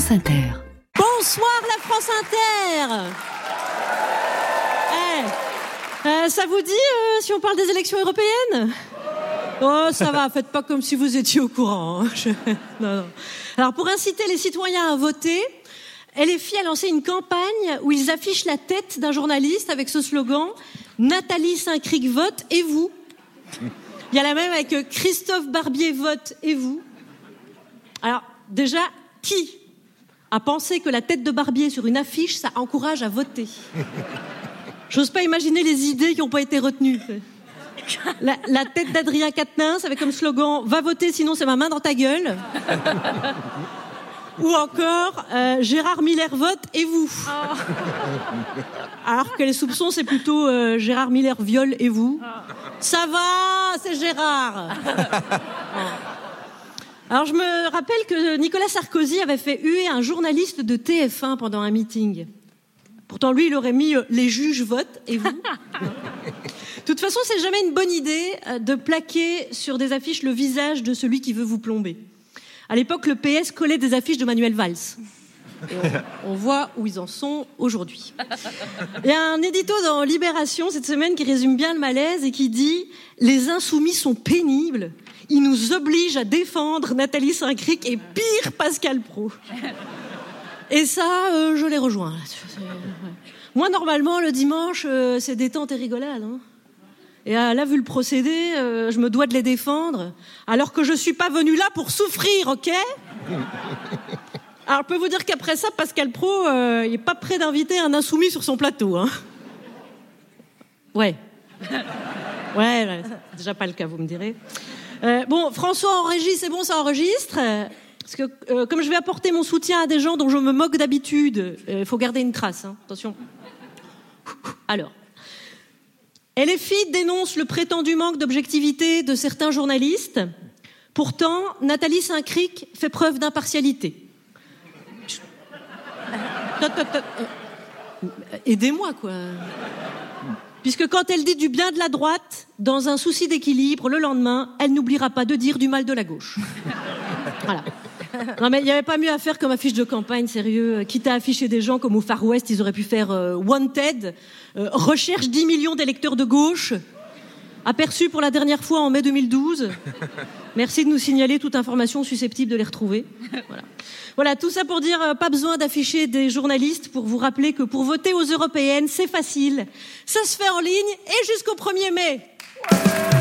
France Inter. Bonsoir la France Inter. Ça vous dit si on parle des élections européennes ? Oh, ça va, faites pas comme si vous étiez au courant. Non. Alors, pour inciter les citoyens à voter, LFI a lancé une campagne où ils affichent la tête d'un journaliste avec ce slogan « Nathalie Saint-Cric vote et vous ». Il y a la même avec « Christophe Barbier vote et vous ». Alors, déjà, qui a pensé que la tête de Barbier sur une affiche, ça encourage à voter ? J'ose pas imaginer les idées qui n'ont pas été retenues. La tête d'Adrien Quatennens avec comme slogan « Va voter, sinon c'est ma main dans ta gueule ». Ou encore Gérard Miller vote et vous. Alors que les soupçons, c'est plutôt Gérard Miller viole et vous. Ça va, c'est Gérard. Alors je me rappelle que Nicolas Sarkozy avait fait huer un journaliste de TF1 pendant un meeting. Pourtant, lui, il aurait mis « les juges votent et vous ». De toute façon, c'est jamais une bonne idée de plaquer sur des affiches le visage de celui qui veut vous plomber. À l'époque, le PS collait des affiches de Manuel Valls. Et on voit où ils en sont aujourd'hui. Il y a un édito dans Libération cette semaine qui résume bien le malaise et qui dit « Les insoumis sont pénibles. Ils nous obligent à défendre Nathalie Saint-Cric et pire Pascal Praud. » Et ça, je les rejoins. Moi, normalement, le dimanche, c'est détente et rigolade. Hein. Et là, vu le procédé, je me dois de les défendre, alors que je suis pas venue là pour souffrir, ok ? Alors, je peux vous dire qu'après ça, Pascal Praud, il est pas prêt d'inviter un insoumis sur son plateau. Hein. Ouais, c'est déjà pas le cas, vous me direz. Bon, François en régie, c'est bon, ça enregistre. Parce que comme je vais apporter mon soutien à des gens dont je me moque d'habitude, il faut garder une trace. Hein. Attention. Alors. LFI dénonce le prétendu manque d'objectivité de certains journalistes. Pourtant, Nathalie Saint-Cric fait preuve d'impartialité. Aidez-moi, quoi. Puisque quand elle dit du bien de la droite, dans un souci d'équilibre, le lendemain, elle n'oubliera pas de dire du mal de la gauche. Voilà. Non mais il n'y avait pas mieux à faire comme affiche de campagne, sérieux. Quitte à afficher des gens comme au Far West, ils auraient pu faire Wanted, recherche 10 millions d'électeurs de gauche, aperçus pour la dernière fois en mai 2012. Merci de nous signaler toute information susceptible de les retrouver. Voilà, tout ça pour dire, pas besoin d'afficher des journalistes pour vous rappeler que pour voter aux européennes, c'est facile. Ça se fait en ligne et jusqu'au 1er mai.